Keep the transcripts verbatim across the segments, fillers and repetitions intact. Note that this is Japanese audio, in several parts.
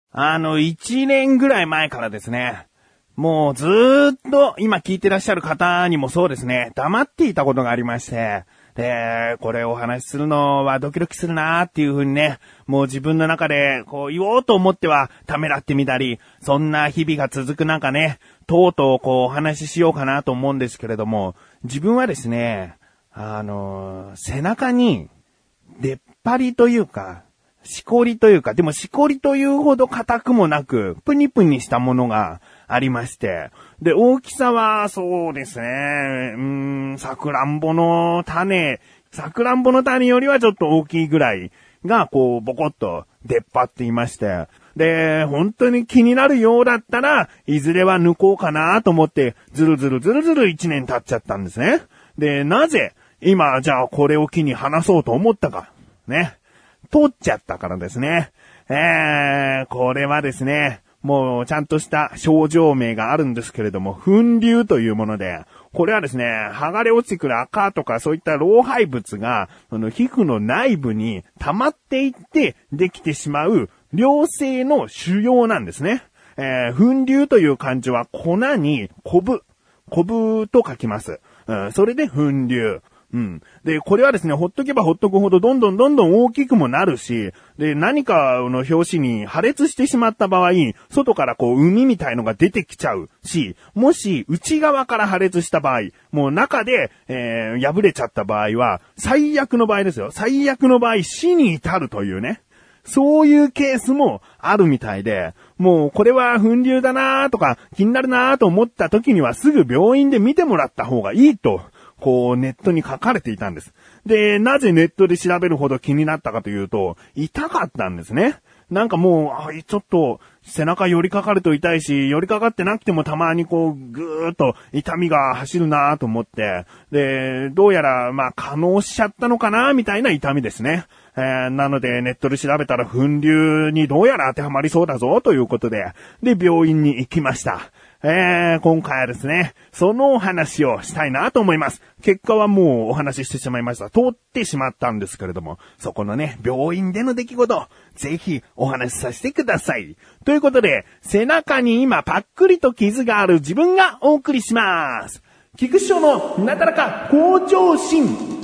あの、一年ぐらい前からですね、もうずーっと今聞いてらっしゃる方にもそうですね、黙っていたことがありまして、で、これお話しするのはドキドキするなーっていう風にね、もう自分の中でこう言おうと思ってはためらってみたり、そんな日々が続く中ね、とうとうこうお話ししようかなと思うんですけれども、自分はですね、あのー、背中に出っ張りというか、しこりというか、でもしこりというほど硬くもなく、プニプニしたものがありまして。で、大きさはそうですね、うーん、さくらんぼの種、さくらんぼの種よりはちょっと大きいぐらいが、こう、ボコッと出っ張っていまして。で、本当に気になるようだったら、いずれは抜こうかなと思って、ずるずるずるずる一年経っちゃったんですね。で、なぜ、今、じゃあこれを機に話そうと思ったか。ね。通っちゃったからですね。えー、これはですね、もうちゃんとした症状名があるんですけれども、粉瘤というもので、これはですね、剥がれ落ちてくる赤とかそういった老廃物が、その皮膚の内部に溜まっていってできてしまう良性の腫瘍なんですね。えー、粉瘤という漢字は粉にこぶ、こぶと書きます。うん、それで粉瘤。うん。で、これはですね、ほっとけばほっとくほどどんどんどんどん大きくもなるし、で、何かの拍子に破裂してしまった場合、外からこう、海みたいのが出てきちゃうし、もし内側から破裂した場合、もう中で、えー、破れちゃった場合は、最悪の場合ですよ。最悪の場合、死に至るというね。そういうケースもあるみたいで、もうこれは粉瘤だなーとか気になるなーと思った時にはすぐ病院で見てもらった方がいいと。こうネットに書かれていたんです。で、なぜネットで調べるほど気になったかというと、痛かったんですね。なんかもう、あ、ちょっと背中寄りかかると痛いし、寄りかかってなくてもたまにこうぐーっと痛みが走るなと思って、で、どうやらまあ可能しちゃったのかなみたいな痛みですね。えー、なのでネットで調べたら粉瘤にどうやら当てはまりそうだぞということで、で病院に行きました。えー、今回はですね、そのお話をしたいなと思います。結果はもうお話ししてしまいました。通ってしまったんですけれども、そこのね、病院での出来事、ぜひお話しさせてください。ということで、背中に今パックリと傷がある自分がお送りします。菊師匠のなだらか向上心。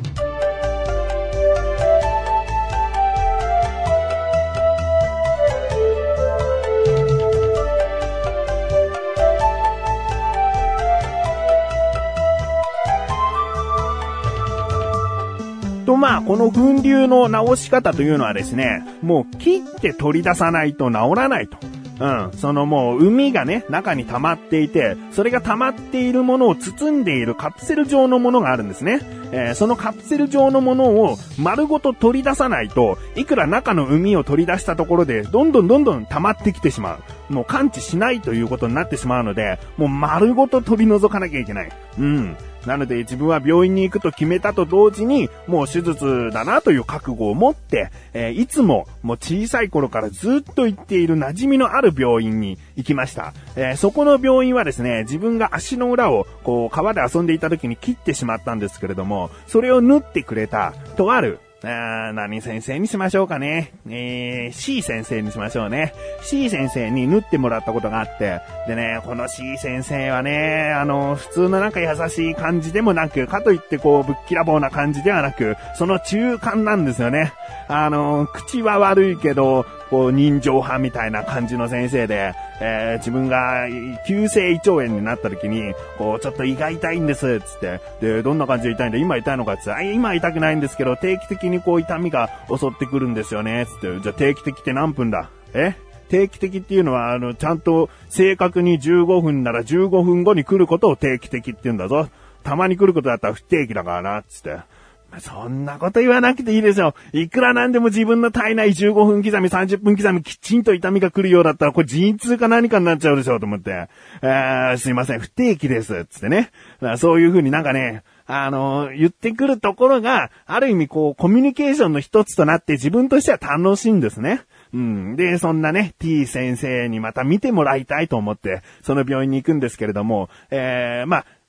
とまあこの粉瘤の治し方というのはですね、もう切って取り出さないと治らないと。うん。そのもう海がね、中に溜まっていて、それが溜まっているものを包んでいるカプセル状のものがあるんですね。えー、そのカプセル状のものを丸ごと取り出さないと、いくら中の海を取り出したところで、どんどんどんどん溜まってきてしまう。もう完治しないということになってしまうので、もう丸ごと取り除かなきゃいけない。うん。なので自分は病院に行くと決めたと同時に、もう手術だなという覚悟を持って、えー、いつももう小さい頃からずっと行っている馴染みのある病院に行きました。えー、そこの病院はですね、自分が足の裏をこう川で遊んでいた時に切ってしまったんですけれども、それを縫ってくれたとあるあ何先生にしましょうかね。えー、C 先生にしましょうね。C 先生に縫ってもらったことがあって、でね、この C 先生はね、あの、普通のなんか優しい感じでもなく、かといってこう、ぶっきらぼうな感じではなく、その中間なんですよね。あの、口は悪いけど、こう、人情派みたいな感じの先生で、えー、自分が急性胃腸炎になった時に、こう、ちょっと胃が痛いんです、つって。で、どんな感じで痛いんだ今痛いのかつって、あ、今痛くないんですけど、定期的にこう、痛みが襲ってくるんですよね、つって。じゃあ定期的って何分だえ定期的っていうのは、あの、ちゃんと正確にじゅうごふんならじゅうごふんごに来ることを定期的って言うんだぞ。たまに来ることだったら不定期だからな、つって。そんなこと言わなくていいですよ。いくらなんでも自分の体内じゅうごふん刻み、さんじゅっぷん刻み、きちんと痛みが来るようだったら、これ陣痛か何かになっちゃうでしょうと思って。えー、すいません、不定期です、つってね。そういう風になんかね、あのー、言ってくるところが、ある意味こう、コミュニケーションの一つとなって自分としては楽しいんですね。うん。で、そんなね、T 先生にまた見てもらいたいと思って、その病院に行くんですけれども、えー、まあ、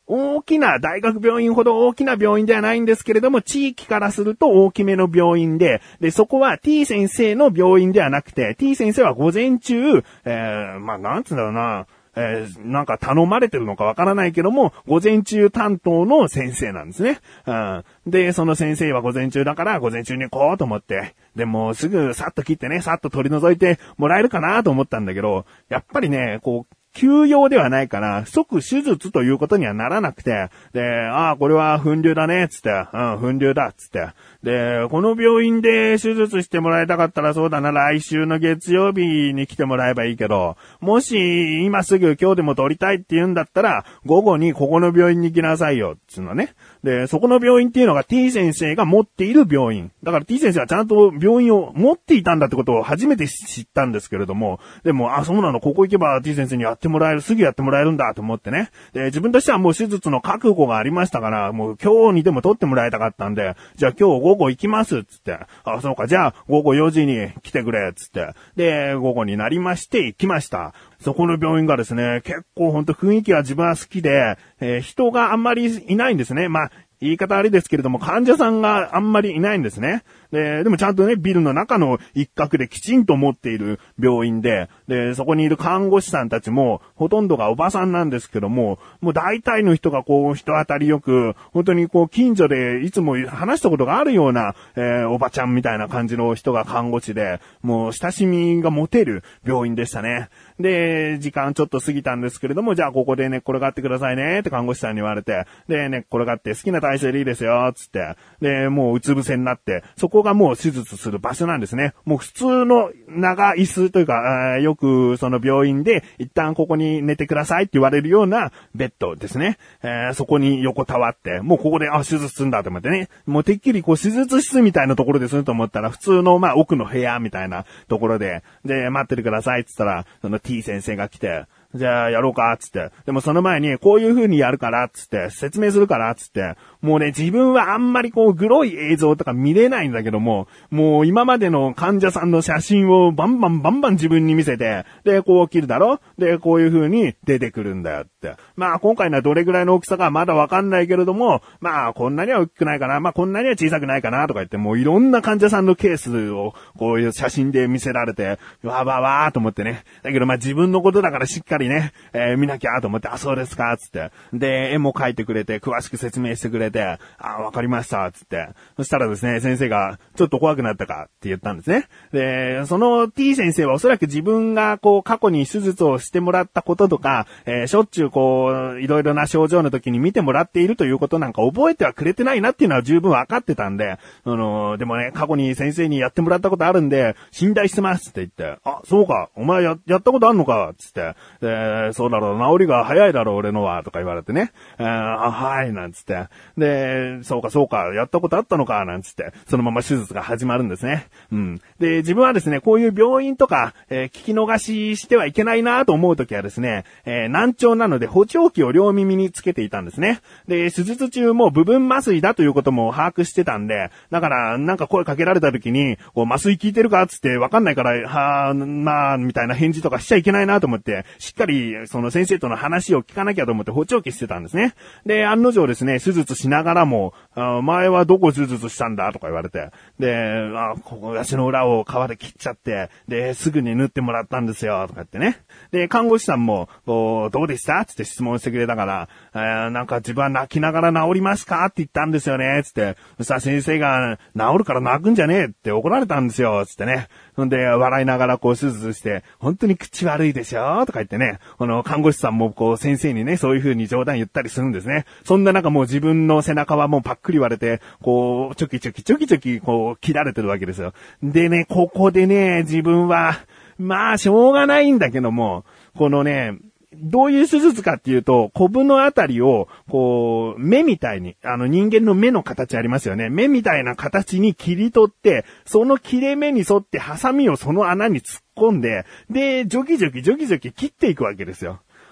大きな大学病院ほど大きな病院ではないんですけれども、地域からすると大きめの病院で、で、そこは T 先生の病院ではなくて、T 先生は午前中、えー、まあ、なんつうんだろうな、えー、なんか頼まれてるのかわからないけども、午前中担当の先生なんですね。うん。で、その先生は午前中だから午前中に行こうと思って、でもすぐさっと切ってね、さっと取り除いてもらえるかなと思ったんだけど、やっぱりね、こう、休養ではないから、即手術ということにはならなくて、で、ああ、これは粉瘤だね、つって、うん、粉瘤だ、つって。で、この病院で手術してもらいたかったらそうだな、来週の月曜日に来てもらえばいいけど、もし今すぐ今日でも取りたいって言うんだったら、午後にここの病院に行きなさいよ、つうのね。で、そこの病院っていうのが T 先生が持っている病院。だから T 先生はちゃんと病院を持っていたんだってことを初めて知ったんですけれども、でも、あ、そうなの、ここ行けば T 先生にやってもらえる、すぐやってもらえるんだと思ってね。で、自分としてはもう手術の覚悟がありましたから、もう今日にでも取ってもらいたかったんで、じゃあ今日午後行きます、つって。あ、そうか、じゃあ午後よじに来てくれ、つって。で、午後になりまして行きました。そこの病院がですね、結構ほんと雰囲気は自分は好きで、えー、人があんまりいないんですね。まあ、言い方あれですけれども、患者さんがあんまりいないんですね。で、でもちゃんとね、ビルの中の一角できちんと持っている病院で、で、そこにいる看護師さんたちも、ほとんどがおばさんなんですけども、もう大体の人がこう、人当たりよく、本当にこう、近所でいつも話したことがあるような、えー、おばちゃんみたいな感じの人が看護師で、もう親しみが持てる病院でしたね。で、時間ちょっと過ぎたんですけれども、じゃあここで寝っ転がってくださいねって看護師さんに言われて、で、寝っ転がって好きな体勢でいいですよ、つって。で、もううつ伏せになって、そこがもう手術する場所なんですね。もう普通の長椅子というか、よくその病院で一旦ここに寝てくださいって言われるようなベッドですね。えー、そこに横たわって、もうここで、あ、手術するんだと思ってね。もうてっきりこう手術室みたいなところですると思ったら、普通のまあ奥の部屋みたいなところで、で、待っててくださいって言ったら、その T 先生が来て、じゃあやろうかつって。でもその前にこういう風にやるからつって説明するからつって。もうね、自分はあんまりこうグロい映像とか見れないんだけども、もう今までの患者さんの写真をバンバンバンバン自分に見せて、でこう切るだろ、でこういう風に出てくるんだよって。まあ今回のはどれぐらいの大きさかまだわかんないけれども、まあこんなには大きくないかな、まあこんなには小さくないかなとか言って、もういろんな患者さんのケースをこういう写真で見せられて、わーわーわーと思ってね。だけどまあ自分のことだからしっかりね、えー、見なきゃと思って、あ、そうですかつって。で、絵も描いてくれて、詳しく説明してくれて、あ、わかりましたつって。そしたらですね、先生がちょっと怖くなったかって言ったんですね。で、その T 先生はおそらく自分がこう過去に手術をしてもらったこととか、えー、しょっちゅうこういろいろな症状の時に見てもらっているということなんか覚えてはくれてないなっていうのは十分わかってたんで、あのー、でもね、過去に先生にやってもらったことあるんで、信頼してますって言って、あ、そうか、お前や、やったことあんのかつって、で、そうだろう、治りが早いだろう、俺のは、とか言われてね。えー、あ、はい、なんつって。で、そうか、そうか、やったことあったのか、なんつって、そのまま手術が始まるんですね。うん。で、自分はですね、こういう病院とか、えー、聞き逃ししてはいけないなと思うときはですね、えー、難聴なので補聴器を両耳につけていたんですね。で、手術中も部分麻酔だということも把握してたんで、だから、なんか声かけられたときに、こう麻酔効いてるかつってわかんないから、はー、まあ、みたいな返事とかしちゃいけないなと思って、しっかり、その先生との話を聞かなきゃと思って補聴器してたんですね。で、案の定ですね、手術しながらも、あ、前はどこ手術したんだとか言われて、で、あ、ここ足の裏を皮で切っちゃって、で、すぐに縫ってもらったんですよ、とか言ってね。で、看護師さんも、こう、どうでしたつって質問してくれたから、えー、なんか自分は泣きながら治りますかって言ったんですよね、つって。そしたら先生が、治るから泣くんじゃねえって怒られたんですよ、つってね。ほんで、笑いながらこう手術して、本当に口悪いでしょとか言ってね、この看護師さんもこう先生にね、そういう風に冗談言ったりするんですね。そんな中もう自分の背中はもうパックリ割れて、こう、チョキチョキチョキチョキこう切られてるわけですよ。でね、ここでね、自分は、まあ、しょうがないんだけども、このね、どういう手術かっていうと、コブのあたりを、こう、目みたいに、あの人間の目の形ありますよね。目みたいな形に切り取って、その切れ目に沿ってハサミをその穴に突っ込んで、で、ジョキジョキジョキジョキ切っていくわけですよ。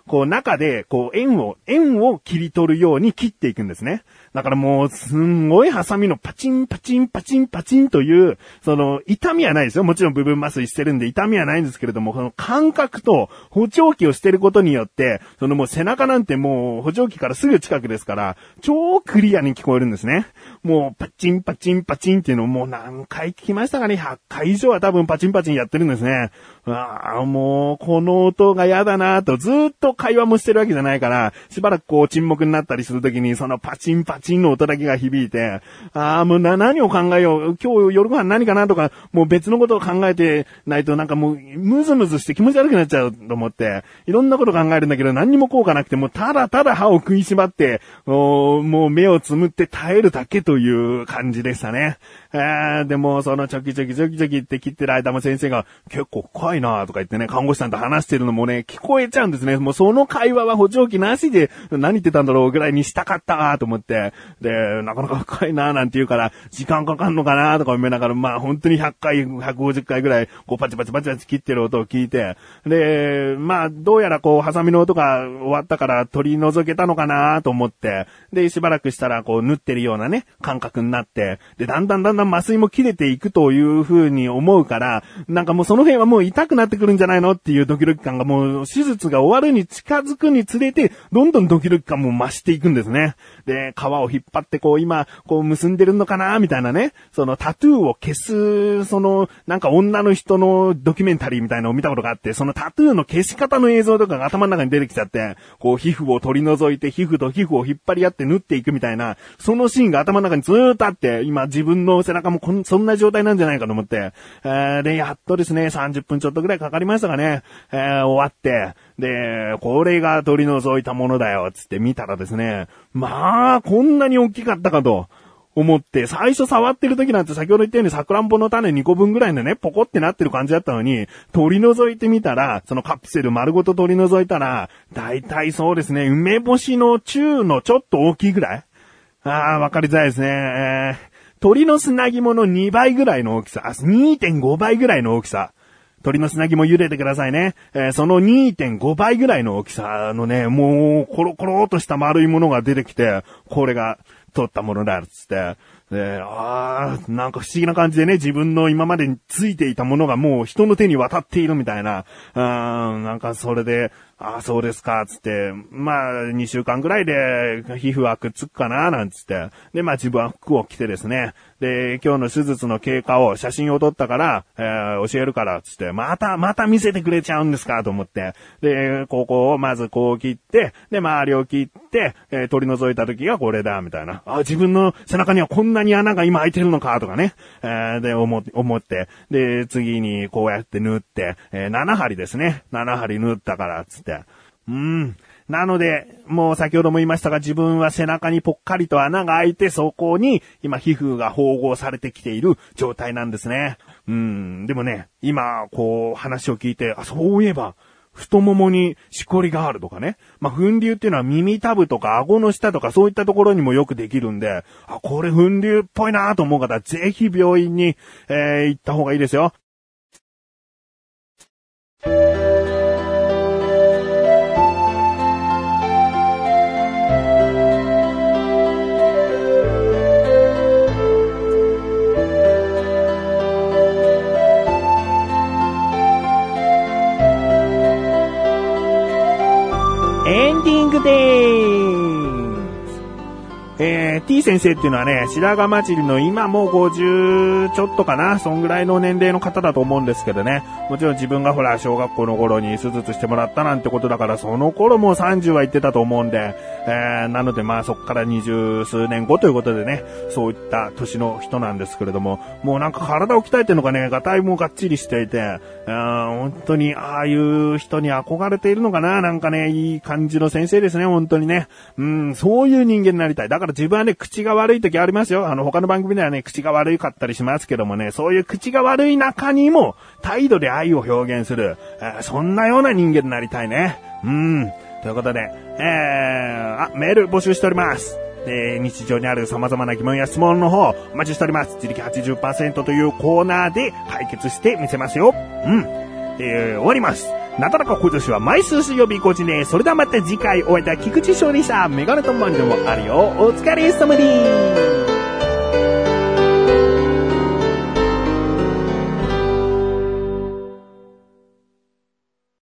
こう中で、こう円を、円を切り取るように切っていくんですね。だからもう、すんごいハサミのパチンパチンパチンパチンという、その、痛みはないですよ。もちろん部分麻酔してるんで痛みはないんですけれども、この感覚と補聴器をしてることによって、そのもう背中なんてもう補聴器からすぐ近くですから、超クリアに聞こえるんですね。もうパチンパチンパチンっていうのをもう何回聞きましたかね。ひゃっかい以上は多分パチンパチンやってるんですね。ああ、もうこの音が嫌だなとずっと会話もしてるわけじゃないから、しばらくこう沈黙になったりするときにそのパチンパチンの音だけが響いて、ああ、もうな、何を考えよう。今日夜ご飯何かなとか、もう別のことを考えてないとなんかもうムズムズして気持ち悪くなっちゃうと思って、いろんなこと考えるんだけど何にも効果なくて、もうただただ歯を食いしばって、もう目をつむって耐えるだけという感じでしたね。えー、でもそのチョキチョキチョキチョキって切ってる間も先生が結構深いなとか言ってね、看護師さんと話してるのもね、聞こえちゃうんですね。もうその会話は補聴器なしで何言ってたんだろうぐらいにしたかったなと思って、で、なかなか深いななんて言うから、時間かかんのかなとか思いながら、まあ本当にひゃっかい、ひゃくごじゅっかいぐらい、こうパチパチパチパチ切ってる音を聞いて、で、まあどうやらこうハサミの音が終わったから取り除けたのかなと思って、で、しばらくしたらこう縫ってるようなね、感覚になって、で、だんだんだんだん麻酔も切れていくという風に思うから、なんかもうその辺はもう痛くなってくるんじゃないのっていうドキドキ感がもう手術が終わるに近づくにつれて、どんどんドキドキ感も増していくんですね。で、皮を引っ張ってこう今、こう結んでるのかなみたいなね、そのタトゥーを消す、そのなんか女の人のドキュメンタリーみたいなのを見たことがあって、そのタトゥーの消し方の映像とかが頭の中に出てきちゃって、こう皮膚を取り除いて皮膚と皮膚を引っ張り合って縫っていくみたいな、そのシーンが頭の中にずーっとあって、今自分の背中もこんそんな状態なんじゃないかと思って、えー、で、やっとですね、さんじゅっぷんちょっとぐらいかかりましたかね、えー、終わって、で、これが取り除いたものだよ、つって見たらですね、まあ、こんなに大きかったかと。思って、最初触ってる時なんて先ほど言ったようにサクランボの種にこぶんぐらいのね、ポコってなってる感じだったのに、取り除いてみたら、そのカプセル丸ごと取り除いたら、だいたいそうですね、梅干しの中のちょっと大きいぐらい？ああ、わかりづらいですね。えー、鳥の砂肝のにばいぐらいの大きさ、あ、にてんごばいぐらいの大きさ。鳥の砂肝茹でてくださいね。えー、その にてんごばいぐらいの大きさのね、もうコロコロとした丸いものが出てきて、これが取ったものだっつって、で、あー、なんか不思議な感じでね、自分の今までについていたものがもう人の手に渡っているみたいな、うーん、なんかそれで、ああ、そうですか、つって、まあ、にしゅうかんぐらいで皮膚はくっつくかな、なんつって。で、まあ自分は服を着てですね。で、今日の手術の経過を写真を撮ったから、えー、教えるから、つって、また、また見せてくれちゃうんですか、と思って。で、ここをまずこう切って、で、周りを切って、えー、取り除いた時がこれだ、みたいな。あ、自分の背中にはこんなに穴が今開いてるのか、とかね。えー、で、思、思って。で、次にこうやって縫って、えー、ななはりですね。ななはり縫ったから、つって。うん。なので、もう先ほども言いましたが、自分は背中にぽっかりと穴が開いて、そこに今皮膚が縫合されてきている状態なんですね。うん。でもね、今、こう話を聞いて、あ、そういえば、太ももにしこりがあるとかね。まあ、粉瘤っていうのは耳たぶとか顎の下とかそういったところにもよくできるんで、あ、これ粉瘤っぽいなと思う方は、ぜひ病院に、えー、行った方がいいですよ。エンディングでーす。えー、T 先生っていうのはね、白髪混じりの今もうごじゅうちょっとかな、そんぐらいの年齢の方だと思うんですけどね。もちろん自分がほら、小学校の頃に手術してもらったなんてことだから、その頃もうさんじゅうは言ってたと思うんで、えー、なのでまあそっから二十数年後ということでね、そういった年の人なんですけれども、もうなんか体を鍛えてるのがね、ガタイもがっちりしていて、あー本当にああいう人に憧れているのかな、なんかね、いい感じの先生ですね、本当にね。うん、そういう人間になりたい。だから自分はね、口が悪い時ありますよ。あの、他の番組ではね、口が悪かったりしますけどもね、そういう口が悪い中にも、態度で愛を表現する、えー、そんなような人間になりたいね。うん。ということで、えー、あ、メール募集しております。えー、日常にある様々な疑問や質問の方、お待ちしております。自力 はちじゅっパーセント というコーナーで解決してみせますよ。うん。えー、終わります。 なだらか小女子は毎週水曜日更新です。それではまた次回お会いいたい菊池勝利したメガネとマンでもあるよ。お疲れ様です。